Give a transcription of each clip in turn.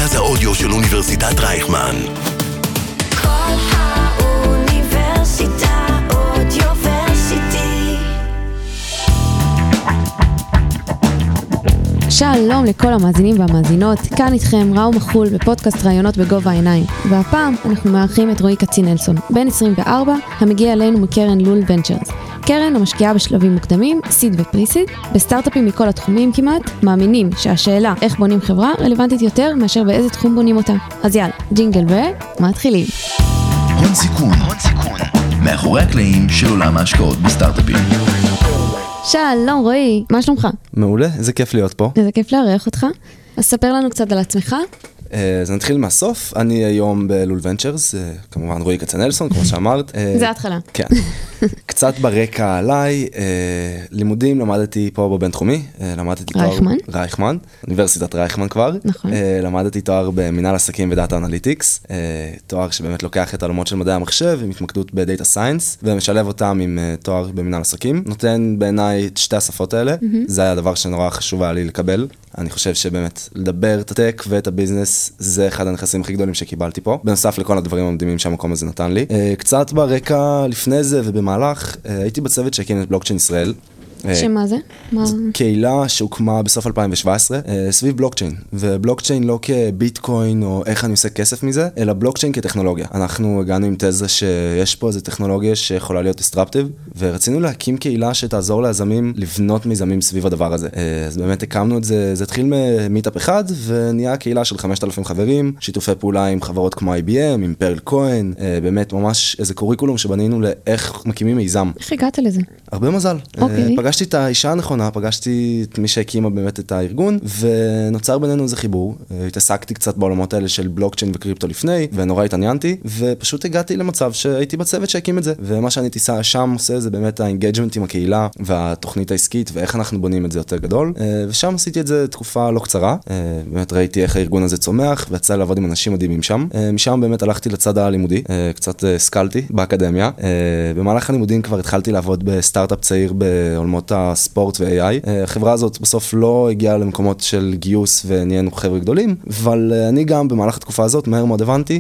מרכז האודיו של אוניברסיטת רייכמן. כל האוניברסיטה אודיוורסיטי. שלום לכל המאזינים והמאזינות, כאן איתכם ראו מחול בפודקאסט רעיונות בגובה העיניים, והפעם אנחנו מארחים את רועי קצינלסון, בן 24, המגיע אלינו מקרן לול ונצ'רס. קרן המשקיעה בשלבים מוקדמים, סיד ופריסיד, בסטארט-אפים מכל התחומים כמעט, מאמינים שהשאלה איך בונים חברה רלוונטית יותר מאשר באיזה תחום בונים אותה. אז יאללה, ג'ינגל ומתחילים. הון סיכון, מאחורי הקלעים של עולם ההשקעות בסטארט-אפים. שלום רועי, מה שלומך? מעולה, איזה כיף להיות פה. איזה כיף לארח אותך. אז ספר לנו קצת על עצמך. אז נתחיל מהסוף, אני היום בלול ונצ'רס, כמובן רועי קצנלסון, כמו שאמרת. זה ההתחלה. כן. קצת ברקע עליי, לימודים למדתי פה בבינתחומי, למדתי תואר... רייכמן, אוניברסיטת רייכמן כבר. נכון. למדתי תואר במנהל עסקים ודאטה אנליטיקס, תואר שבאמת לוקח את העולמות של מדעי המחשב, עם התמקדות בדאטה סיינס, ומשלב אותם עם תואר במנהל עסקים. נותן בעיניי את שתי השפות האלה, זה היה הדבר שנורא חשוב היה לי לקבל. אני חושב שבאמת לדבר את הטק ואת הביזנס זה אחד הנכסים הכי גדולים שקיבלתי פה, בנוסף לכל הדברים המדהימים שהמקום הזה נתן לי. קצת ברקע לפני זה ובמהלך, הייתי בצוות שהקים את בלוקצ'יין ישראל. שמה זה? קהילה שהוקמה בסוף 2017 סביב בלוקצ'יין, ובלוקצ'יין לא כביטקוין או איך אני עושה כסף מזה, אלא בלוקצ'יין כטכנולוגיה. אנחנו הגענו עם תזה שיש פה איזו טכנולוגיה שיכולה להיות דיסטרפטיב, ורצינו להקים קהילה שתעזור ליזמים לבנות מיזמים סביב הדבר הזה. אז באמת הקמנו את זה, זה התחיל ממיטאפ אחד, ונהיה קהילה של 5,000 חברים, שיתופי פעולה עם חברות כמו IBM, עם פרל כהן, באמת ממש איזה קוריקולום שבנינו לאיך מקימים מיזם. איך הגעת לזה? הרבה מזל. אוקיי. פגשתי את האישה הנכונה, פגשתי את מי שהקימה באמת את הארגון, ונוצר בינינו איזה חיבור. התעסקתי קצת בעולמות האלה של בלוקצ'יין וקריפטו לפני, ונורא התעניינתי, ופשוט הגעתי למצב שהייתי בצוות שהקים את זה. ומה שאני שם עושה זה באמת האינגייג'מנט עם הקהילה, והתוכנית העסקית, ואיך אנחנו בונים את זה יותר גדול. ושם עשיתי את זה תקופה לא קצרה. באמת ראיתי איך הארגון הזה צומח, ויצא לי לעבוד עם אנשים מדהימים שם. משם באמת הלכתי לצד הלימודי, קצת השכלתי באקדמיה. במהלך הלימודים כבר התחלתי לעבוד בסטארט-אפ צעיר בעולמות הספורט ו-AI. החברה הזאת בסוף לא הגיעה למקומות של גיוס ונהיינו חבר'ה גדולים, אבל אני גם במהלך התקופה הזאת מהר מאוד הבנתי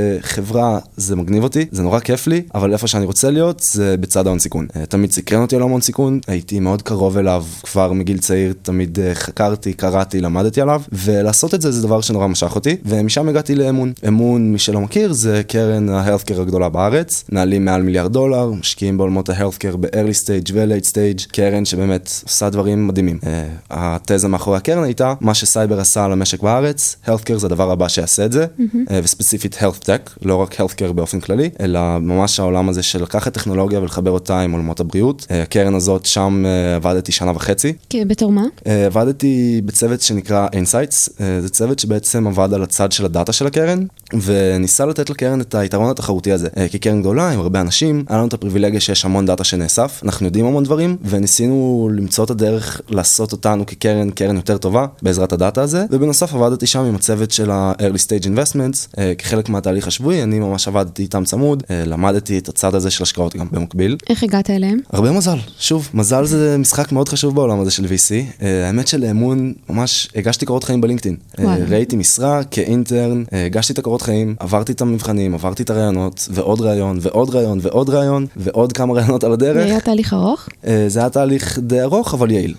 שחברה זה מגניב אותי, זה נורא כיף לי, אבל איפה שאני רוצה להיות זה בצד ההון סיכון. תמיד סקרן אותי על ההון סיכון, הייתי מאוד קרוב אליו כבר מגיל צעיר, תמיד חקרתי, קראתי, למדתי עליו, ולעשות את זה זה דבר שנורא משך אותי, ומשם הגעתי לאמון. אמון, מי שלא מכיר, זה קרן ה-healthcare הגדולה בארץ, נעלים מעל $1 מיליארד, משקיעים בעולמות ה-healthcare ב-early stage ו-late stage, קרן שבאמת עושה דברים מדהימים. התזה מאחורי הקרן הייתה, מה שסייבר עשה על המשק בארץ, healthcare זה הדבר הבא שיעשה את זה, וספציפית health tech, לא רק healthcare באופן כללי, אלא ממש העולם הזה של לקחת טכנולוגיה ולחבר אותה עם עולמות הבריאות. הקרן הזאת, שם עבדתי 1.5 שנה. בתור מה? עבדתי בצוות שנקרא Insights, זה צוות שבעצם עבד על הצד של הדאטה של הקרן, וניסה לתת לקרן את היתרון התחרותי הזה. כקרן גדולה, עם הרבה אנשים, היה לנו את הפריבילגיה שיש המון דאטה שנאסף, אנחנו יודעים המון דברים, וניסינו למצוא את הדרך לעשות אותנו קרן יותר טובה בעזרת הדאטה הזה, ובנוסף עבדתי שם עם הצוות של ה-Early Stage Investments, כחלק מהתהליך השבועי, אני ממש עבדתי איתם צמוד, למדתי את הצד הזה של השקעות גם במקביל. איך הגעת אליהם? הרבה מזל, שוב, מזל זה משחק מאוד חשוב בעולם הזה של VC, האמת שלאמון ממש הגשתי קורות חיים בלינקדאין, ראיתי משרה כאינטרן, הגשתי את הקורות חיים, עברתי את המבחנים, עברתי את הרעיונות, ועוד רעיון, ועוד רעיון, ועוד רעיון, ועוד כמה רעיונות על הדרך. זה היה תהליך ארוך? זה היה תהליך די ארוך, אבל יעיל.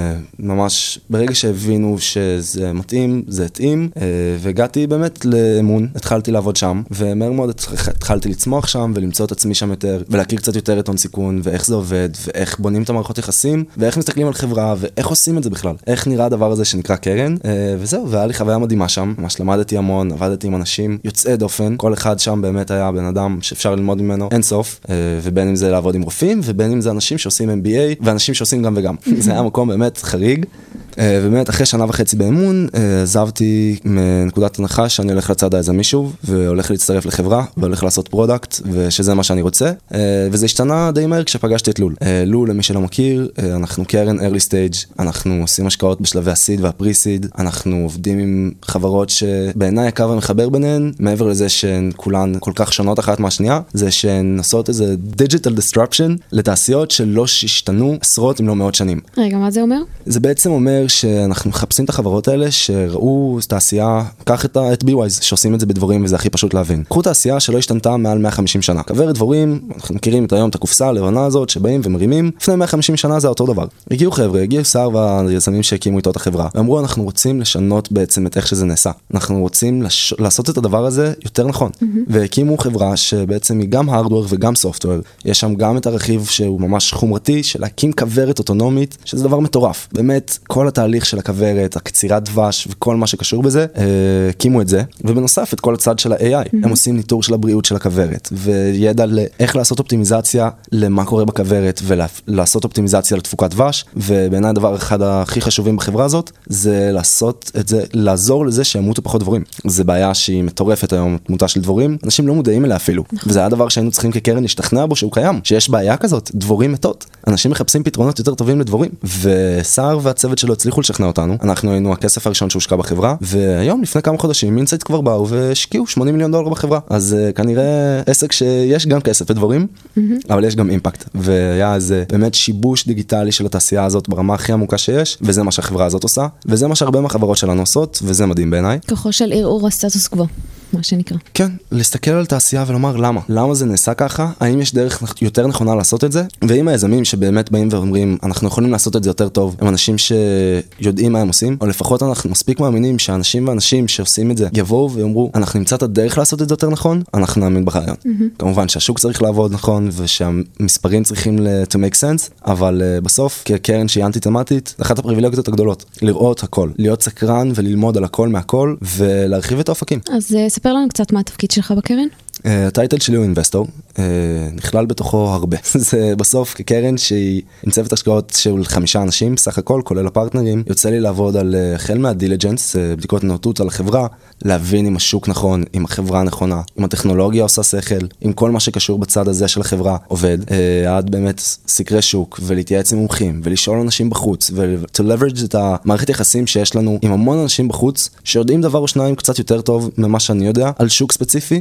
ממש ברגע שהבינו שזה מתאים, זה התאים, והגעתי באמת לאמון, התחלתי לעבוד שם, ומהר מאוד התחלתי לצמוח שם, ולמצוא את עצמי שם יותר, ולהכיר קצת יותר את הון סיכון, ואיך זה עובד, ואיך בונים את המערכות יחסים, ואיך מסתכלים על חברה, ואיך עושים את זה בכלל. איך נראה הדבר הזה שנקרא קרן, וזהו, והיה לי חוויה מדהימה שם, ממש למדתי המון, עבדתי עם אנשים יוצאי דופן, כל אחד שם באמת היה בן אדם שאפשר ללמוד ממנו אין סוף, ובין אם זה לעבוד עם רופאים, ובין אם זה אנשים שעושים MBA, ואנשים שעושים גם וגם. זה היה מקום באמת חריג. ובאמת אחרי 1.5 שנה באמון, עזבתי מנקודת הנחה שאני הולך לצד היזמי שוב, והולך להצטרף לחברה, והולך לעשות פרודקט, ושזה מה שאני רוצה. וזה השתנה די מהר כשפגשתי את לול. לול, למי שלא מכיר, אנחנו קרן early stage, אנחנו עושים השקעות בשלבי הסיד והפרי-סיד, אנחנו עובדים עם חברות שבעיניי הקו המחבר ביניהן, מעבר לזה שהן כולן כל כך שונות אחת מהשנייה, זה שהן עושות איזה digital disruption לתעשיות שלא השתנו עשרות אם לא מאות שנים. רגע, מה זה אומר? זה בעצם אומר אומר שאנחנו מחפשים את החברות האלה שראו תעשייה, קח את BWise שעושים את זה בדבורים וזה הכי פשוט להבין. קחו תעשייה שלא השתנתה מעל 150 שנה. כוורת דבורים, אנחנו מכירים את היום את הקופסה הלבנה הזאת שבאים ומרימים, לפני 150 שנה זה אותו דבר. הגיעו חבר'ה, הגיעו שר והיזמים שהקימו איתו את החברה, ואמרו אנחנו רוצים לשנות בעצם את איך שזה נעשה. אנחנו רוצים לעשות את הדבר הזה יותר נכון. והקימו חברה שבעצם היא גם הארדוור וגם סופטוור. יש שם גם את הרכיב שהוא ממש חומרתי של להקים כוורת אוטונומית, שזה דבר מטורף. באמת, כל התהליך של הכוורת, הקצירת דבש וכל מה שקשור בזה, הקימו את זה. ובנוסף, את כל הצד של ה-AI. הם עושים ניטור של הבריאות של הכוורת, וידע לאיך לעשות אופטימיזציה למה קורה בכוורת, ולעשות אופטימיזציה לתפוקת דבש. ובעיניי הדבר אחד הכי חשובים בחברה הזאת, זה לעשות את זה, לעזור לזה שימותו פחות דבורים. זה בעיה שהיא מטורפת היום, תמותה של דבורים. אנשים לא מודעים אליה אפילו. וזה היה דבר שהיינו צריכים כקרן להשתכנע בו שהוא קיים, שיש בעיה כזאת, דבורים מתות. אנשים מחפשים פתרונות יותר טובים לדבורים. ושר והצוות שלו הצליחו לשכנע אותנו. אנחנו היינו הכסף הראשון שהושקע בחברה, והיום לפני כמה חודשים אינסייט כבר באו והשקיעו $80 מיליון בחברה. אז כנראה עסק שיש גם כסף לדבורים, אבל יש גם אימפקט. והיה איזה באמת שיבוש דיגיטלי של התעשייה הזאת ברמה הכי עמוקה שיש, וזה מה שהחברה הזאת עושה, וזה מה שהרבה מהחברות שלנו עושות, וזה מדהים בעיניי. כוחו של ערעור הסטטוס קוו, מה שנקרא. כן, להסתכל על תעשייה ולומר למה. למה זה נעשה ככה? האם יש דרך יותר נכונה לעשות את זה? ואם היזמים שבאמת באים ואומרים, אנחנו יכולים לעשות את זה יותר טוב, הם אנשים שיודעים מה הם עושים, או לפחות אנחנו מספיק מאמינים שהאנשים ואנשים שעושים את זה יבואו ויאמרו, אנחנו נמצא את הדרך לעשות את זה יותר נכון, אנחנו נאמין ברעיון. כמובן שהשוק צריך לעבוד נכון, ושהמספרים צריכים to make sense, אבל בסוף, כקרן שהיא אנטי-תמטית, אחת הפריבילגיות הגדולות, לראות הכל, להיות סקרן וללמוד על הכל מהכל, ולהרחיב את האופקים. אז ספר לנו קצת מה התפקיד שלך בקרן. הטייטל שלי הוא אינבסטור, נכלל בתוכו הרבה. זה בסוף כקרן שהיא עם צוות השקעות של 5 אנשים, סך הכל, כולל הפרטנרים, יוצא לי לעבוד על החל מהדיליג'נס, בדיקות נאותות על החברה, להבין אם השוק נכון, אם החברה נכונה, אם הטכנולוגיה עושה שכל, אם כל מה שקשור בצד הזה של החברה עובד, עד באמת סקרי שוק, ולהתייעץ עם מומחים, ולשאול אנשים בחוץ, to leverage את המערכת יחסים שיש לנו עם המון אנשים בחוץ, שיודעים דבר או שניים קצת יותר טוב ממה שאני יודע, על שוק ספציפי,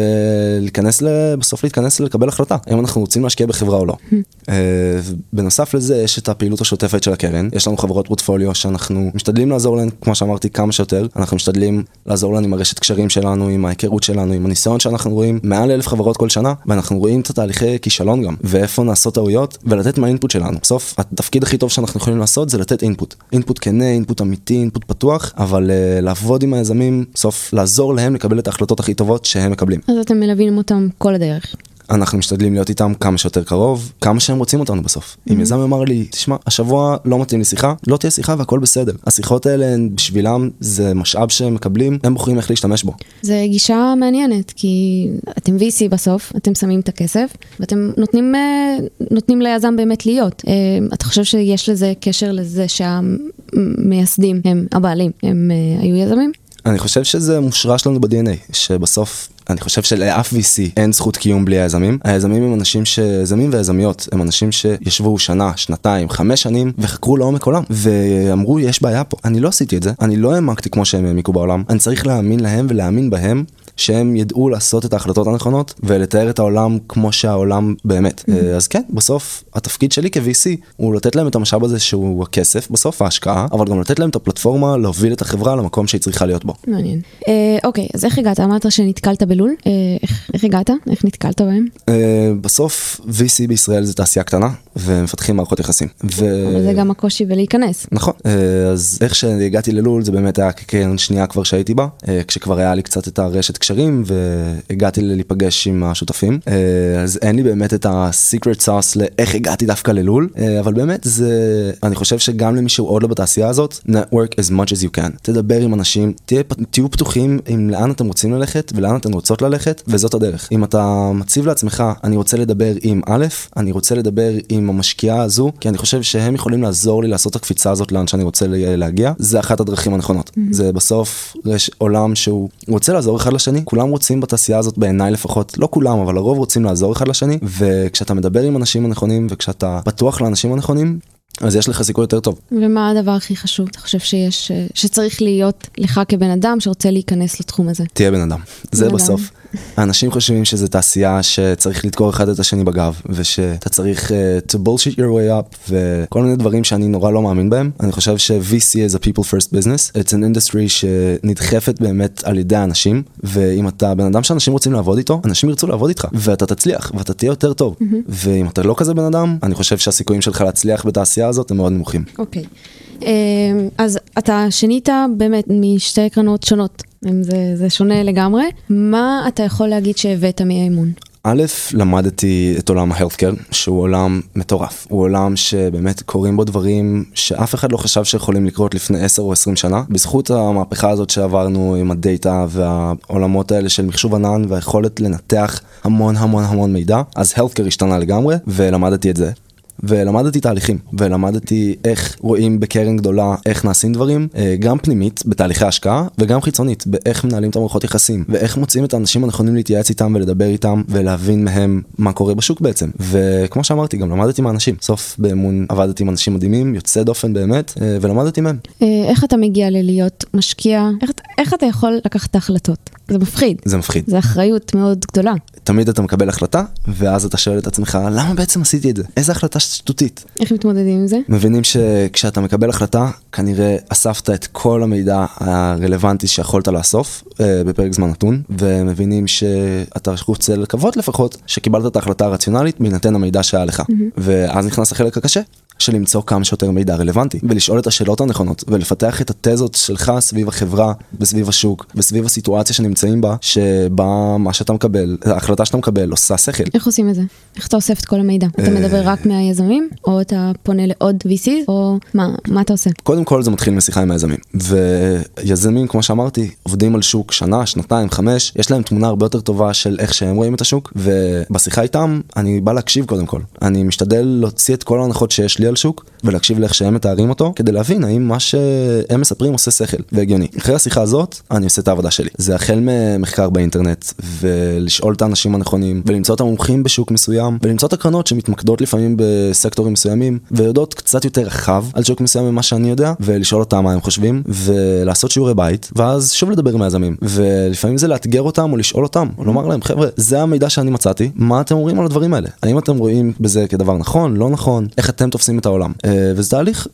בסוף להתכנס לקבל החלטה, האם אנחנו רוצים להשקיע בחברה או לא. בנוסף לזה, יש את הפעילות השוטפת של הקרן, יש לנו חברות פורטפוליו שאנחנו משתדלים לעזור להן, כמו שאמרתי, כמה שיותר, אנחנו משתדלים לעזור להן עם הרשת קשרים שלנו, עם ההיכרות שלנו, עם הניסיון שאנחנו רואים, מעל 1,000 חברות כל שנה, ואנחנו רואים את התהליכי כישלון גם, ואיפה נעשות טעויות, ולתת מהאינפוט שלנו. בסוף, התפקיד הכי טוב שאנחנו יכולים לעשות זה לתת אינפוט. אינפוט כנה, אינפוט אמיתי, אינפוט פתוח, אבל לעבוד עם היזמים, בסוף לעזור להם לקבל את ההחלטות הכי טובות שהם מקבלים. אז אתם מלווים אותם כל הדרך. אנחנו משתדלים להיות איתם כמה שיותר קרוב, כמה שהם רוצים אותנו בסוף. אם יזם אמר לי, תשמע, השבוע לא מתאים לי שיחה, לא תהיה שיחה והכל בסדר. השיחות האלה, בשבילם, זה משאב שהם מקבלים, הם בוחרים איך להשתמש בו. זה גישה מעניינת, כי אתם VC בסוף, אתם שמים את הכסף, ואתם נותנים ליזם באמת להיות. אתה חושב שיש לזה קשר לזה שהמייסדים הם הבעלים, הם היו יזמים? אני חושב שזה מושרש לנו ב-DNA, שבסוף אני חושב שלאף VC אין זכות קיום בלי היזמים. היזמים הם אנשים יזמים ויזמיות, הם אנשים שישבו שנה, שנתיים, 5 שנים, וחקרו לעומק עולם, ואמרו, יש בעיה פה. אני לא עשיתי את זה, אני לא העמקתי כמו שהם העמיקו בעולם, אני צריך להאמין להם ולהאמין בהם, שהם ידעו לעשות את ההחלטות הנכונות, ולתאר את העולם כמו שהעולם באמת. אז כן, בסוף, התפקיד שלי כ-VC, הוא לתת להם את המשאב הזה שהוא הכסף, בסוף ההשקעה, אבל גם לתת להם את הפלטפורמה, להוביל את החברה למקום שהיא צריכה להיות בו. מעניין. אוקיי, אז איך הגעת? אמרת שנתקלת בלול? איך הגעת? איך נתקלת בהם? בסוף, VC בישראל זה תעשייה קטנה, ומפתחים מערכות יחסים. אבל זה גם הקושי בלהיכנס. נכון. אז איך שהגעתי ללול, זה באמת היה כקרן שנייה כבר שהייתי בה, כשכבר היה לי קצת את הרשת קשרים, והגעתי להיפגש עם השותפים. אז אין לי באמת את ה-secret sauce לאיך הגעתי דווקא ללול, אבל באמת זה, אני חושב שגם למישהו עוד לא בתעשייה הזאת, network as much as you can. תדבר עם אנשים, תהיו פתוחים עם לאן אתם רוצים ללכת, ולאן אתם רוצות ללכת, וזאת הדרך. אם אתה מציב לעצמך, אני רוצה לדבר עם א', אני רוצה לדבר עם המשקיעה הזו, כי אני חושב שהם יכולים לעזור לי לעשות את הקפיצה הזאת לאן שאני רוצה להגיע, זה אחת הדרכים הנכונות. זה בסוף, יש עולם שהוא רוצה לעזור אחד לשני, כולם רוצים בתעשייה הזאת בעיניי לפחות, לא כולם, אבל הרוב רוצים לעזור אחד לשני, וכשאתה מדבר עם אנשים הנכונים, וכשאתה פתוח לאנשים הנכונים, אז יש לך סיכוי יותר טוב. ומה הדבר הכי חשוב? אתה חושב שצריך להיות לך כבן אדם שרוצה להיכנס לתחום הזה? תהיה בן אדם. זה בסוף. האנשים חושבים שזו תעשייה שצריך לדקור אחד את השני בגב, ושאתה צריך to bullshit your way up, וכל מיני דברים שאני נורא לא מאמין בהם. אני חושב ש-VC is a people first business. It's an industry שנדחפת באמת על ידי האנשים, ואם אתה בן אדם שאנשים רוצים לעבוד איתו, אנשים ירצו לעבוד איתך, ואתה תצליח, ואתה תהיה יותר טוב. ואם אתה לא כזה בן אדם, אני חושב שהסיכויים שלך להצליח בתעשייה הזאת הם מאוד נמוכים. אוקיי. אז אתה שינית באמת משתי קרנות שונות, זה שונה לגמרי. מה אתה יכול להגיד שהבאת מהאימון? א', למדתי את עולם ה-healthcare, שהוא עולם מטורף. הוא עולם שבאמת קורים בו דברים שאף אחד לא חשב שיכולים לקרות לפני 10 או 20 שנה. בזכות המהפכה הזאת שעברנו עם הדאטה והעולמות האלה של מחשוב ענן והיכולת לנתח המון המון המון מידע, אז healthcare השתנה לגמרי, ולמדתי את זה. ולמדתי תהליכים, ולמדתי איך רואים בקרן גדולה, איך נעשים דברים, גם פנימית, בתהליכי השקעה, וגם חיצונית, באיך מנהלים את המערכות יחסים, ואיך מוצאים את האנשים הנכונים להתייעץ איתם ולדבר איתם, ולהבין מהם מה קורה בשוק בעצם. וכמו שאמרתי, גם למדתי מהאנשים. בסוף באמון עבדתי עם אנשים מדהימים, יוצא דופן באמת, ולמדתי מהם. איך אתה מגיע ללהיות משקיע? איך אתה יכול לקחת את ההחלטות? זה מפחיד. זה מפחיד. זה אחריות מאוד גדולה. תמיד אתה מקבל החלטה, ואז אתה שואל את עצמך, למה בעצם עשיתי את זה? איזה החלטה שטותית? איך מתמודדים עם זה? מבינים שכשאתה מקבל החלטה, כנראה אספת את כל המידע הרלוונטי שיכולת לאסוף בפרק זמן נתון, ומבינים שאתה רוצה לקוות לפחות שקיבלת את ההחלטה הרציונלית בהינתן המידע שהיה לך. ואז נכנס החלק הקשה. של למצוא כמה שיותר מידע רלוונטי, ולשאול את השאלות הנכונות, ולפתח את התזות שלך סביב החברה, וסביב השוק, וסביב הסיטואציה שנמצאים בה, שבה מה שאתה מקבל, ההחלטה שאתה מקבל, עושה שכל. איך עושים את זה? איך אתה אוסף את כל המידע? אתה מדבר רק מהיזמים, או אתה פונה לעוד VC, או מה אתה עושה? קודם כל זה מתחיל משיחה עם היזמים, ויזמים, כמו שאמרתי, עובדים על שוק שנה, שנתיים, 5, יש להם תמונה הרבה יותר טובה של איך שהם רואים את השוק, ובשיחה איתם, אני בא להקשיב קודם כל. אני משתדל להוציא את כל ההנחות שיש לי על שוק, ולהקשיב לאיך שהם מתארים אותו, כדי להבין האם מה שהם מספרים עושה שכל והגיוני. אחרי השיחה הזאת, אני עושה את העבודה שלי. זה החל ממחקר באינטרנט, ולשאול את האנשים הנכונים, ולמצוא את המומחים בשוק מסוים, ולמצוא את הקרנות שמתמקדות לפעמים בסקטורים מסוימים, ויודעות קצת יותר רחב על שוק מסוים ממה שאני יודע, ולשאול אותם מה הם חושבים, ולעשות שיעורי בית, ואז שוב לדבר עם היזמים. ולפעמים זה לאתגר אותם או לשאול אותם, או לומר להם, חבר'ה, זה המידע שאני מצאתי, מה אתם אומרים על הדברים האלה? האם אתם רואים בזה כדבר נכון, לא נכון? איך אתם תופסים את העולם? וזה תהליך,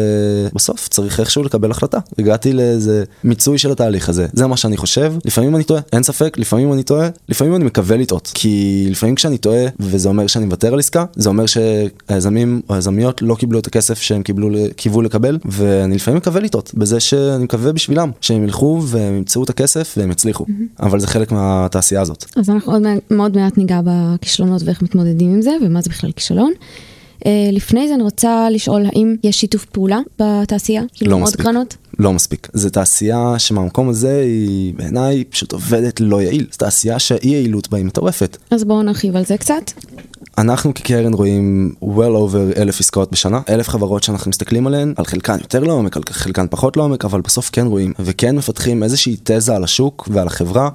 ובסוף צריך איכשהו לקבל החלטה. הגעתי לאיזה מיצוי של התהליך הזה. זה מה שאני חושב. לפעמים אני טועה, אין ספק, לפעמים אני טועה, לפעמים אני מקווה לטעות. כי לפעמים כשאני טועה, וזה אומר שאני מוותר על עסקה, זה אומר שהיזמים או היזמיות לא קיבלו את הכסף שהם קיוו לקבל, ואני לפעמים מקווה לטעות, בזה שאני מקווה בשבילם, שהם ילכו והם ימצאו את הכסף והם יצליחו. אבל זה חלק מהתעשייה הזאת. אז אנחנו עוד מאוד מעט ניגע בכישלונות ואיך מתמודדים עם זה, ומה זה בכלל כישלון. לפני זה אני רוצה לשאול, האם יש שיתוף פעולה בתעשייה? לא מספיק. לא מספיק. זו תעשייה שמהמקום הזה היא בעיניי פשוט עובדת לא יעיל. זו תעשייה שהאי יעילות בה היא מטורפת. אז בואו נרחיב על זה קצת. אנחנו כקרן רואים well over 1,000 עסקאות בשנה, 1,000 חברות שאנחנו מסתכלים עליהן, על חלקן יותר לעומק, על חלקן פחות לעומק, אבל בסוף כן רואים, וכן מפתחים איזושהי תזה על השוק ועל החברה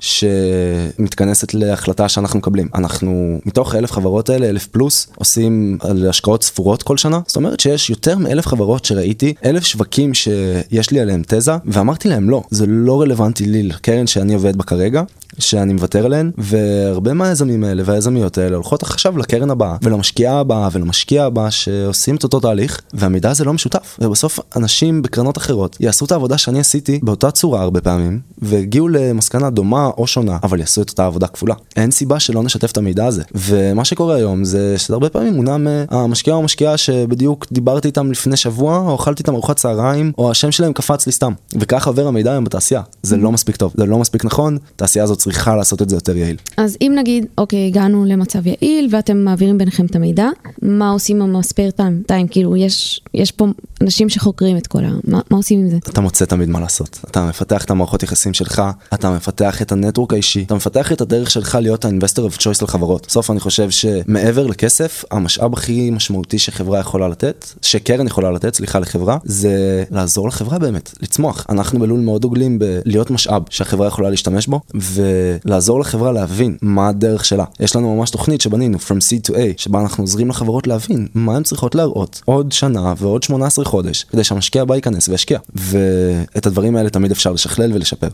שמתכנסת להחלטה שאנחנו מקבלים. אנחנו מתוך 1,000 חברות האלה, 1,000 פלוס, עושים על השקעות ספורות כל שנה. זאת אומרת שיש יותר מ1,000 חברות שראיתי, 1,000 שווקים שיש לי עליהם תזה, ואמרתי להם לא, זה לא רלוונטי לי לקרן שאני עובד בה כרגע, שאני מוותר עליהן, והרבה מהיזמים האלה והיזמיות האלה הולכות עכשיו לקרן הבאה, ולמשקיעה הבאה ולמשקיע הבא שעושים את אותו תהליך, והמידע הזה לא משותף. ובסוף אנשים בקרנות אחרות יעשו את העבודה שאני עשיתי באותה צורה הרבה פעמים, והגיעו למסקנה דומה או שונה, אבל יעשו את אותה עבודה כפולה. אין סיבה שלא נשתף את המידע הזה. ומה שקורה היום זה שזה הרבה פעמים מונע מהמשקיע או המשקיעה שבדיוק דיברתי איתם לפני שבוע, או אכלתי איתם ארוחת צהריים, או השם שלהם קפץ לי סתם. וכך עובר המידע היום בתעשייה. זה לא מספיק טוב, זה לא מספיק נכון. תעשייה הזאת צריכה לעשות את זה יותר יעיל. אז אם נגיד, אוקיי, הגענו למצב יעיל, ואתם מעבירים ביניכם את המידע, מה עושים עם הספייר טיים? כאילו, יש פה אנשים שחוקרים את כל מה עושים עם זה? אתה מוצא תמיד מה לעשות. אתה מפתח את המערכות יחסים שלך, אתה מפתח את הנטוורק האישי, אתה מפתח את הדרך שלך להיות ה-investor of choice לחברות. בסוף אני חושב שמעבר לכסף, המשאב הכי משמעותי שחברה יכולה לתת, שקרן יכולה לתת, סליחה, לחברה, זה לעזור לחברה באמת, לצמוח. אנחנו בלול מאוד דוגלים בלהיות משאב שהחברה יכולה להשתמש בו, ולעזור לחברה להבין מה הדרך שלה. יש לנו ממש תוכנית שבנינו, From C to A, שבה אנחנו עוזרים לחברות להבין מה הן צריכות להראות עוד שנה ועוד 18 חודש, כדי שהמשקיע הבא ייכנס וישקיע. ואת הדברים האלה תמיד אפשר לשכלל ולשפר.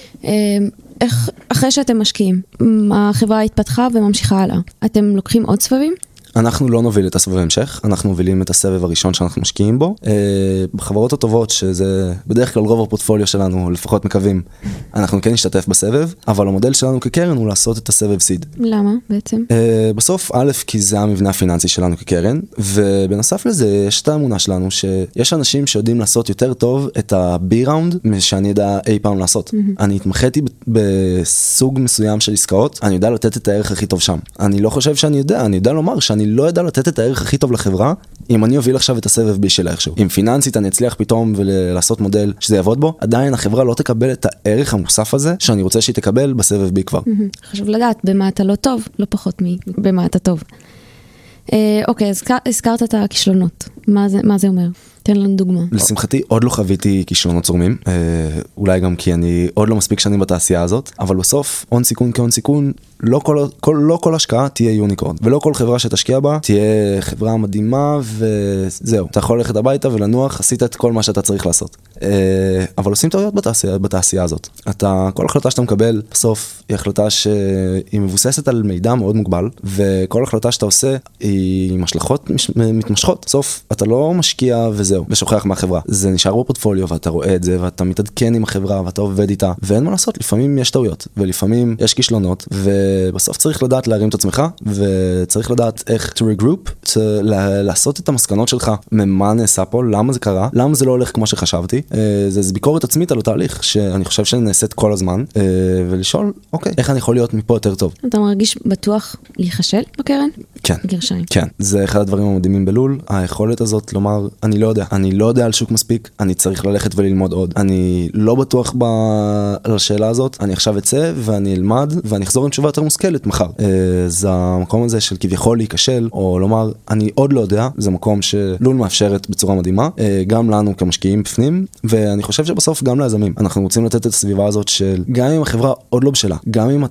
איך, אחרי שאתם משקיעים, החברה התפתחה וממשיכה הלאה, אתם לוקחים עוד סבבים? אנחנו לא נוביל את הסבב המשך, אנחנו מובילים את הסבב הראשון שאנחנו משקיעים בו. בחברות הטובות, שזה בדרך כלל רוב הפורטפוליו שלנו, לפחות מקווים, אנחנו כן נשתתף בסבב, אבל המודל שלנו כקרן הוא לעשות את הסבב סיד. למה בעצם? בסוף, א', כי זה המבנה הפיננסי שלנו כקרן, ובנוסף לזה, יש את האמונה שלנו שיש אנשים שיודעים לעשות יותר טוב את ה-B ראונד, שאני יודע אי פעם לעשות. אני התמחיתי בסוג מסוים של עסקאות, אני יודע לתת את הערך הכי טוב שם. אני לא חושב שאני יודע לומר שאני לא יודע לתת את הערך הכי טוב לחברה, אם אני אוביל עכשיו את הסבב בי שלה איכשהו. אם פיננסית אני אצליח פתאום ולעשות מודל שזה יעבוד בו, עדיין החברה לא תקבל את הערך המוסף הזה, שאני רוצה שהיא תקבל בסבב בי כבר. חשוב לדעת במה אתה לא טוב, לא פחות במה אתה טוב. אוקיי, אז הזכרת את הכישלונות. מה זה אומר? תן לנו דוגמה. לשמחתי, עוד לא חוויתי כישלונות צורמים, אולי גם כי אני עוד לא מספיק שנים בתעשייה הזאת, אבל בסוף, הון סיכון כהון סיכון, לא כל השקעה תהיה יוניקורן, ולא כל חברה שתשקיע בה תהיה חברה מדהימה, וזהו, אתה יכול ללכת הביתה ולנוח, עשית את כל מה שאתה צריך לעשות. אבל עושים טעויות בתעשייה הזאת. כל החלטה שאתה מקבל, בסוף, היא החלטה שהיא מבוססת על מידע מאוד מוגבל, וכל החלטה שאתה עושה, היא עם השלכות מתמשכות. בסוף, אתה לא משקיע וזהו, ושוכח מהחברה. זה נשאר בפורטפוליו, ואתה רואה את זה, ואתה מתעדכן עם החברה, ואתה עובד איתה, ואין מה לעשות, לפעמים יש טעויות, ולפעמים יש כישלונות, ובסוף צריך לדעת להרים את עצמך, וצריך לדעת איך to regroup, לעשות את המסקנות שלך, ממה נעשה פה, למה זה קרה, למה זה לא הולך כמו שחשבתי. זה ביקורת עצמית על התהליך, שאני חושב שנעשית כל הזמן, ולשאול, אוקיי, איך אני יכול להיות מפה יותר טוב? אתה מרגיש בטוח להיחשל בקרן? כן. גרשיים. כן. זה אחד הדברים המדהימים בלול, היכולת הזאת לומר, אני לא יודע על שוק מספיק, אני צריך ללכת וללמוד עוד. אני לא בטוח על השאלה הזאת, אני עכשיו אצא ואני אלמד, ואני אחזור עם תשובה יותר מושכלת מחר. זה המקום הזה של כביכול להיכשל, או לומר, אני עוד לא יודע, זה מקום שלול מאפשרת בצורה מדהימה, גם לנו כמשקיעים בפנים, ואני חושב שבסוף גם ליזמים. אנחנו רוצים לתת את הסביבה הזאת של, גם אם החברה עוד לא בשלה,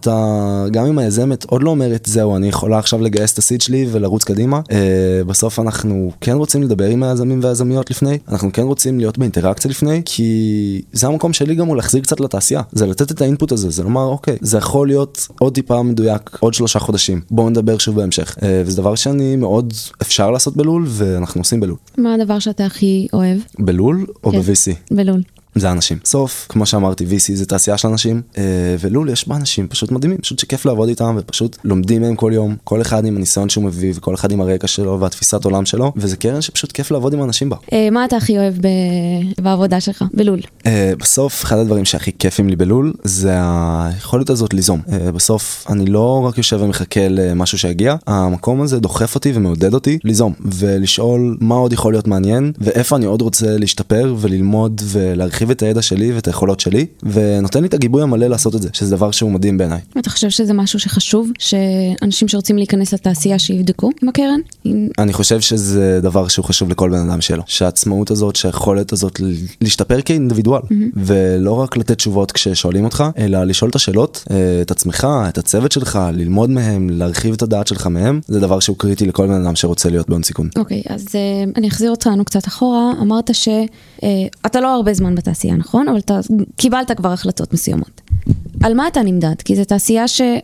גם אם היזמת עוד לא אומרת, זהו, אני יכולה עכשיו לגייס את הסיד שלי ולרוץ קדימה. בסוף אנחנו כן רוצים לדבר עם היזמים והיזמיות לפני, אנחנו כן רוצים להיות באינטראקציה לפני, כי זה המקום שלי גם הוא להחזיר קצת לתעשייה, זה לתת את האינפוט הזה, זה לומר, אוקיי, זה יכול להיות עוד טיפה מדויק, עוד 3 חודשים, בואו נדבר שוב בהמשך. וזה דבר שאני מאוד אפשר לעשות בלול, ואנחנו עושים בלול. מה הדבר שאתה הכי אוהב? בלול או ב-VC? בלול. זה אנשים. סוף, כמו שאמרתי, VC זה תעשייה של אנשים, ולול יש בה אנשים פשוט מדהימים, פשוט שכיף לעבוד איתם, ופשוט לומדים מהם כל יום, כל אחד עם הניסיון שהוא מביא, וכל אחד עם הרקע שלו, והתפיסת עולם שלו, וזה קרן שפשוט כיף לעבוד עם האנשים בה. מה אתה הכי אוהב בעבודה שלך, בלול? בסוף, אחד הדברים שהכי כיפים לי בלול, זה היכולת הזאת ליזום. בסוף, אני לא רק יושב ומחכה למשהו שהגיע, המקום הזה דוחף אותי ומעודד אותי ליזום, ולשאול מה עוד יכול להיות מעניין, ואיפה אני עוד רוצה להשתפר וללמוד ולהרחיב את הידע שלי ואת היכולות שלי, ונותן לי את הגיבוי המלא לעשות את זה, שזה דבר שהוא מדהים בעיניי. אתה חושב שזה משהו שחשוב, שאנשים שרוצים להיכנס לתעשייה שיבדקו עם הקרן? אני חושב שזה דבר שהוא חשוב לכל בן אדם שלו, שהעצמאות הזאת, שהיכולת הזאת להשתפר כאינדיבידואל, ולא רק לתת תשובות כששואלים אותך, אלא לשאול את השאלות, את עצמך, את הצוות שלך, ללמוד מהם, להרחיב את הדעת שלך מהם, זה דבר שהוא קריטי לכל בן אדם שרוצה להיות בהון סיכון. אוקיי, אז אני אחזיר אותנו קצת אחורה, אמרת שאתה לא הרבה זמן בתעשייה, נכון? אבל אתה קיבלת כבר החלטות מסוימות. על מה אתה נמדד? כי זו תעשייה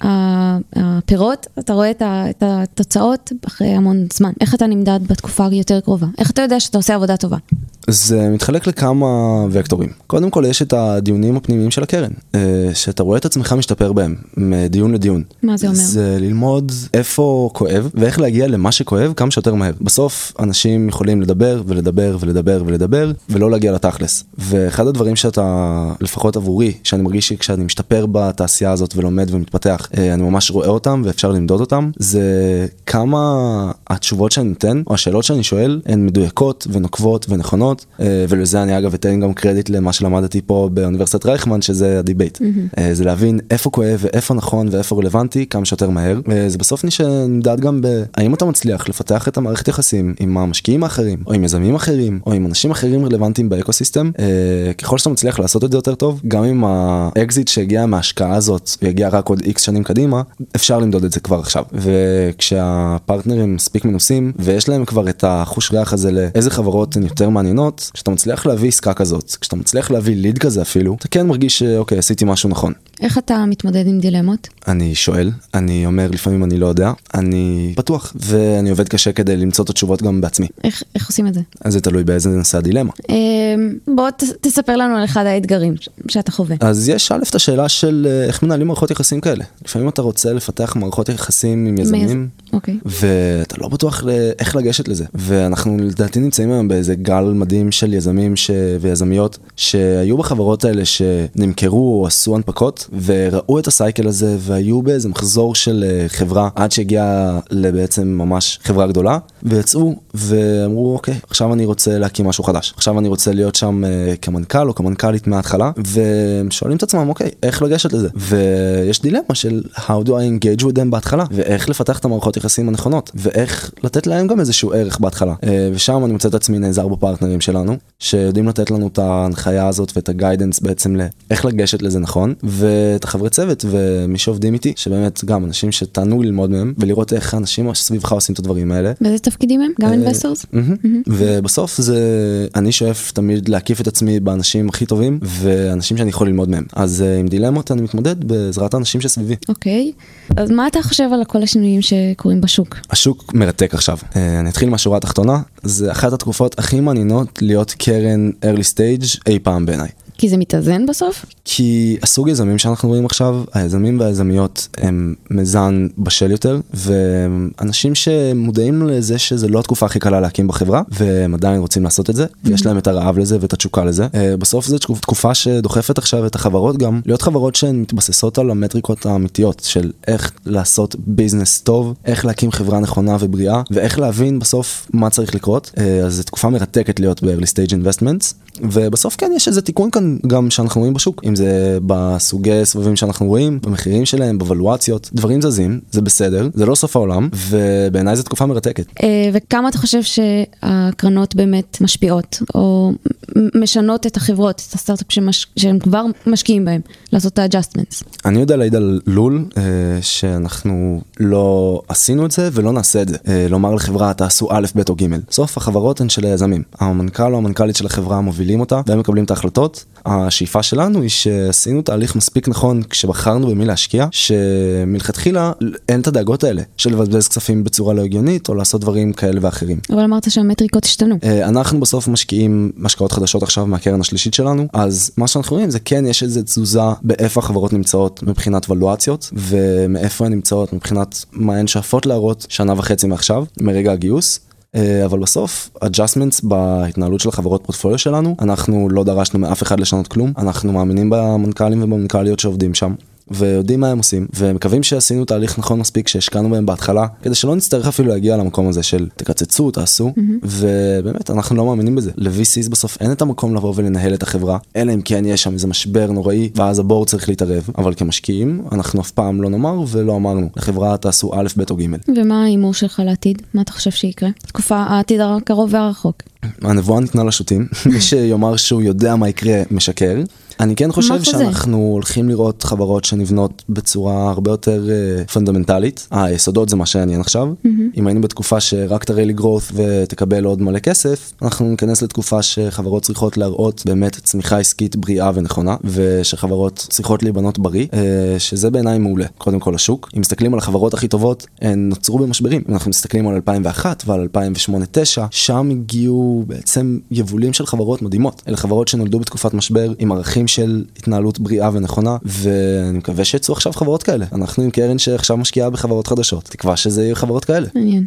שהפירות, אתה רואה את התוצאות אחרי המון זמן. איך אתה נמדד בתקופה יותר קרובה? איך אתה יודע שאתה עושה עבודה טובה? זה מתחלק לכמה וקטורים. קודם כל יש את הדיונים הפנימיים של הקרן, שאתה רואה את עצמך משתפר בהם, מדיון לדיון. מה זה אומר? זה ללמוד איפה כואב, ואיך להגיע למה שכואב כמה שיותר מהר. בסוף אנשים יכולים לדבר ולדבר ולדבר ולדבר, ולא להגיע לתכלס. ואחד הדברים שאתה, לפחות עבורי, שאני מרגיש שכשאני משתפר בתעשייה הזאת ולומד ומתפתח, אני ממש רואה אותם ואפשר למדוד אותם, זה כמה התשובות שאני נותן, או השאלות שאני שואל, הן מדויקות ונוקבות ונכונות, ולזה אני אגב אתן גם קרדיט למה שלמדתי פה באוניברסיטת רייכמן, שזה הדיבייט. זה להבין איפה כואב ואיפה נכון ואיפה רלוונטי כמה שיותר מהר. זה בסוף נמדד גם האם אתה מצליח לפתח את המערכת יחסים עם המשקיעים האחרים, או עם יזמים אחרים, או עם אנשים אחרים רלוונטיים באקוסיסטם. ככל שאתה מצליח לעשות את זה יותר טוב, גם עם האקזיט שהגיע מההשקעה הזאת, ויגיע רק עוד X שנים קדימה, אפשר למדוד את זה כבר עכשיו. וכשהפרטנרים מספיק מנוסים, ויש להם כבר את החוש ריח הזה לאיזה חברות הן יותר מעניינות, האחרונות, כשאתה מצליח להביא עסקה כזאת, כשאתה מצליח להביא ליד כזה אפילו, אתה כן מרגיש שאוקיי, עשיתי משהו נכון. איך אתה מתמודד עם דילמות? אני שואל, אני אומר לפעמים אני לא יודע, אני פתוח, ואני עובד קשה כדי למצוא את התשובות גם בעצמי. איך עושים את זה? אז זה תלוי באיזה נושא הדילמה. בוא תספר לנו על אחד האתגרים שאתה חווה. אז יש א' את השאלה של איך מנהלים מערכות יחסים כאלה. לפעמים אתה רוצה לפתח מערכות יחסים עם יזמים, אוקיי. ואתה לא בטוח איך לגשת לזה. ואנחנו לדעתי נמצאים היום באיזה גל מדהים של יזמים ויזמיות, שהיו בחברות האלה שנמכרו או עשו הנפקות, וראו את הסייקל הזה, והיו באיזה מחזור של חברה, עד שהגיעה לבעצם ממש חברה גדולה, ויצאו ואמרו, אוקיי, עכשיו אני רוצה להקים משהו חדש. עכשיו אני רוצה להיות שם כמנכ"ל או כמנכ"לית מההתחלה, ושואלים את עצמם, אוקיי, איך לגשת לזה? ויש דילמה של how do I engage with them בהתחלה, ואיך לפתח את המערכות יחסים הנכונות, ואיך לתת להם גם איזשהו ערך בהתחלה. ושם אני מוצא את עצמי נעזר בפרטנרים שלנו, שיודעים לתת לנו את ההנחיה הזאת ואת הגיידנס בעצם לאיך לגשת לזה נכון, ואת החברי צוות ומי שעובדים איתי, שבאמת גם אנשים שתענו ללמוד מהם, ולראות איך האנשים סביבך עושים את הדברים האלה. באיזה תפקידים הם? גם investors? ובסוף אני שואף תמיד להקיף את עצמי באנשים הכי טובים, ואנשים שאני יכול ללמוד מהם. אז עם דילמות אני מתמודד בעזרת האנשים שסביבי. אוקיי. אז מה אתה חושב על כל השינויים שקורים בשוק? השוק מרתק עכשיו. אני אתחיל מהשורה התחתונה. זה אחת התקופות הכי מעניינות להיות קרן early stage אי פעם בעיניי. כי זה מתאזן בסוף? כי הסוג יזמים שאנחנו רואים עכשיו, היזמים והיזמיות הם מזן בשל יותר, ואנשים שמודעים לזה שזה לא התקופה הכי קלה להקים בחברה, והם עדיין רוצים לעשות את זה, ויש להם את הרעב לזה ואת התשוקה לזה. בסוף זו תקופה שדוחפת עכשיו את החברות גם, להיות חברות שהן מתבססות על המטריקות האמיתיות, של איך לעשות ביזנס טוב, איך להקים חברה נכונה ובריאה, ואיך להבין בסוף מה צריך לקרות. אז זו תקופה מרתקת להיות ב-early stage investments, ובסוף כן יש איזה תיקון כאן גם שאנחנו רואים בשוק, אם זה בסוגי סבבים שאנחנו רואים, במחירים שלהם, בוולואציות, דברים זזים, זה בסדר, זה לא סוף העולם, ובעיניי זו תקופה מרתקת. וכמה אתה חושב שהקרנות באמת משפיעות, או משנות את החברות, את הסטארט-אפ שהם כבר משקיעים בהם, לעשות את ה-adjustments? אני יודע להעיד על לול, שאנחנו לא עשינו את זה ולא נעשה את זה. לומר לחברה, תעשו א', ב' או ג'. סוף החברות הן של היזמים. המנכ"ל או המנכ"לית של החברה מובילים אותה, והם מקבלים את ההחלטות. השאיפה שלנו היא שעשינו תהליך מספיק נכון כשבחרנו במי להשקיע, שמלכתחילה אין את הדאגות האלה, של לבזבז כספים בצורה לא הגיונית, או לעשות דברים כאלה ואחרים. אבל אמרת שהמטריקות השתנו. אנחנו בסוף משקיעים משקעות חדשות עכשיו מהקרן השלישית שלנו, אז מה שאנחנו רואים זה כן יש איזו תזוזה באיפה החברות נמצאות מבחינת ולואציות, ומאיפה הן נמצאות מבחינת מה הן שואפות להראות שנה וחצי מעכשיו, מרגע הגיוס. אבל בסוף, adjustments בהתנהלות של החברות פורטפוליו שלנו, אנחנו לא דרשנו מאף אחד לשנות כלום, אנחנו מאמינים במנכ"לים ובמנכ"ליות שעובדים שם, ויודעים מה הם עושים, ומקווים שעשינו תהליך נכון מספיק שהשקענו בהם בהתחלה, כדי שלא נצטרך אפילו להגיע למקום הזה של תקצצו, תעשו, ובאמת אנחנו לא מאמינים בזה. ל-VCs בסוף אין את המקום לבוא ולנהל את החברה, אלא אם כן יש שם איזה משבר נוראי, ואז הבורד צריך להתערב, אבל כמשקיעים, אנחנו אף פעם לא נאמר ולא אמרנו, לחברה תעשו א', ב' או ג'. ומה האימור שלך לעתיד? מה אתה חושב שיקרה? תקופה העתיד הקרוב והרחוק. הנבואה ניתנה לשוטים, מי שיאמר שהוא יודע מה יקרה משקר. אני כן חושב שאנחנו הולכים לראות חברות שנבנות בצורה הרבה יותר פונדמנטלית. היסודות זה מה שעניין עכשיו. אם היינו בתקופה שרק תראה לי growth ותקבל עוד מלא כסף, אנחנו ניכנס לתקופה שחברות צריכות להראות באמת צמיחה עסקית בריאה ונכונה, ושחברות צריכות להיבנות בריא, שזה בעיניי מעולה. קודם כל השוק. אם מסתכלים על החברות הכי טובות, הן נוצרו במשברים. אם אנחנו מסתכלים על 2001 ועל 2008-2009, שם הגיעו בעצם יבולים של חברות מדהימות. אלה חברות שנולדו בתקופת משבר עם ערכים של התנהלות בריאה ונכונה, ואני מקווה שיצאו עכשיו חברות כאלה. אנחנו עם קרן שעכשיו משקיעה בחברות חדשות. תקווה שזה יהיו חברות כאלה. מעניין.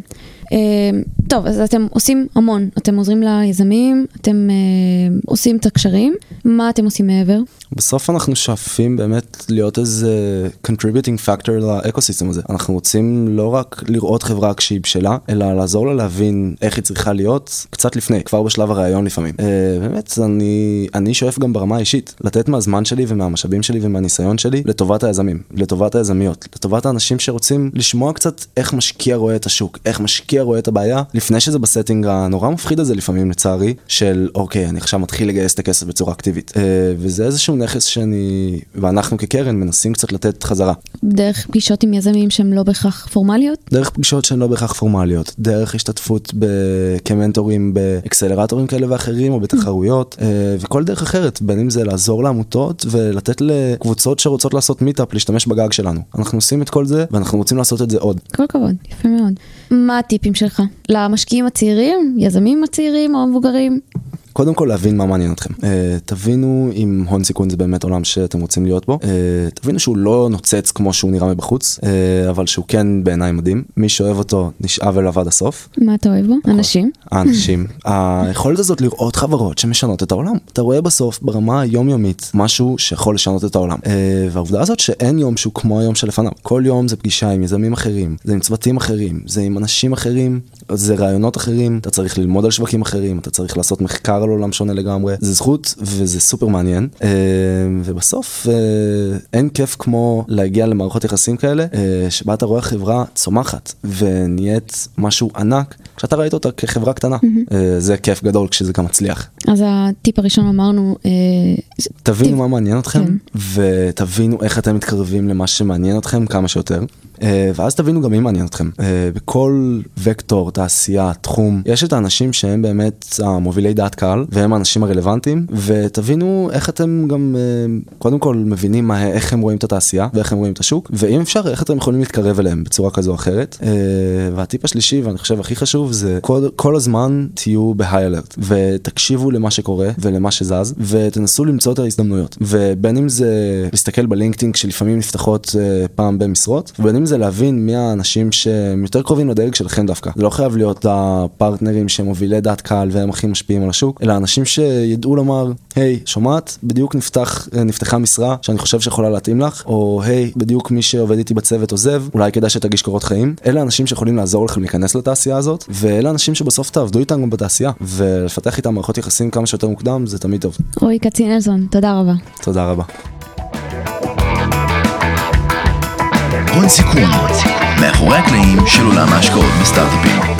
טוב, אז אתם עושים המון. אתם עוזרים ליזמים, אתם עושים את הקשרים. מה אתם עושים מעבר? בסוף אנחנו שואפים באמת להיות איזה contributing factor לאקוסיסטם הזה. אנחנו רוצים לא רק לראות חברה כשהיא בשלה, אלא לעזור לה להבין איך היא צריכה להיות קצת לפני, כבר בשלב הרעיון לפעמים. באמת, אני שואף גם ברמה האישית, לתת מהזמן שלי ומהמשאבים שלי ומהניסיון שלי לטובת היזמים, לטובת היזמיות, לטובת האנשים שרוצים לשמוע קצת איך משקיע רואה את השוק, איך משקיע המשקיע רואה את הבעיה, לפני שזה בסטינג הנורא מפחיד הזה לפעמים לצערי, של אוקיי, אני עכשיו מתחיל לגייס את הכסף בצורה אקטיבית. וזה איזשהו נכס ואנחנו כקרן מנסים קצת לתת חזרה. דרך פגישות עם יזמים שהן לא בהכרח פורמליות? דרך פגישות שהן לא בהכרח פורמליות, דרך השתתפות כמנטורים באקסלרטורים כאלה ואחרים, או בתחרויות, וכל דרך אחרת, בין אם זה לעזור לעמותות, ולתת לקבוצות שרוצות לעשות מיטאפ, להשתמש בגג שלנו. אנחנו עושים את כל זה, ואנחנו רוצים לעשות את זה עוד. כל כבוד, יפה מאוד. מה הטיפים שלך? למשקיעים הצעירים, יזמים הצעירים או המבוגרים? קודם כל להבין מה מעניין אתכם. תבינו אם הון סיכון זה באמת עולם שאתם רוצים להיות בו. תבינו שהוא לא נוצץ כמו שהוא נראה מבחוץ, אבל שהוא כן בעיניי מדהים. מי שאוהב אותו נשאב אליו עד הסוף. מה אתה אוהב בו? אנשים? האנשים. היכולת הזאת לראות חברות שמשנות את העולם. אתה רואה בסוף ברמה היומיומית משהו שיכול לשנות את העולם. והעובדה הזאת שאין יום שהוא כמו היום שלפניו. כל יום זה פגישה עם יזמים אחרים, זה עם צוותים אחרים, זה עם אנשים אחרים, זה רעיונות אחרים, אתה צריך ללמוד על שווקים אחרים, אתה צריך לעשות מחקר על עולם שונה לגמרי. זה זכות וזה סופר מעניין. ובסוף אין כיף כמו להגיע למערכות יחסים כאלה, שבה אתה רואה חברה צומחת ונהיית משהו ענק, כשאתה ראית אותה כחברה קטנה. זה כיף גדול כשזה גם מצליח. אז הטיפ הראשון אמרנו... תבינו מה מעניין אתכם, ותבינו איך אתם מתקרבים למה שמעניין אתכם כמה שיותר. ואז תבינו גם מי מעניין אתכם. בכל וקטור, תעשייה, תחום, יש את האנשים שהם באמת המובילי דעת קהל, והם האנשים הרלוונטיים, ותבינו איך אתם גם, קודם כל, מבינים איך הם רואים את התעשייה, ואיך הם רואים את השוק, ואם אפשר, איך אתם יכולים להתקרב אליהם בצורה כזו או אחרת. והטיפ השלישי, ואני חושב הכי חשוב, זה כל הזמן תהיו בהיי אלרט, ותקשיבו למה שקורה, ולמה שזז, ותנסו למצוא את ההזדמנויות. ובין אם זה להסתכל בלינקדאין, כשלפעמים נפתחות פעם במשרות, ובין אם זה להבין מי האנשים שהם יותר קרובים לדרג שלכם דווקא. זה לא חייב להיות הפרטנרים שמובילי דעת קהל והם הכי משפיעים על השוק, אלא אנשים שידעו לומר, היי, שומעת, בדיוק נפתחה משרה שאני חושב שיכולה להתאים לך, או היי, בדיוק מי שעובד איתי בצוות עוזב, אולי כדאי שתגיש קורות חיים. אלה אנשים שיכולים לעזור לכם להיכנס לתעשייה הזאת, ואלה אנשים שבסוף תעבדו איתם גם בתעשייה, ולפתח איתם מערכות יחסים כמה שיותר מוקדם, זה תמיד טוב. רועי קצין-אלסון, תודה רבה. תודה רבה. הון סיכון, מאחורי הקלעים של עולם ההשקעות בסטארט-אפים.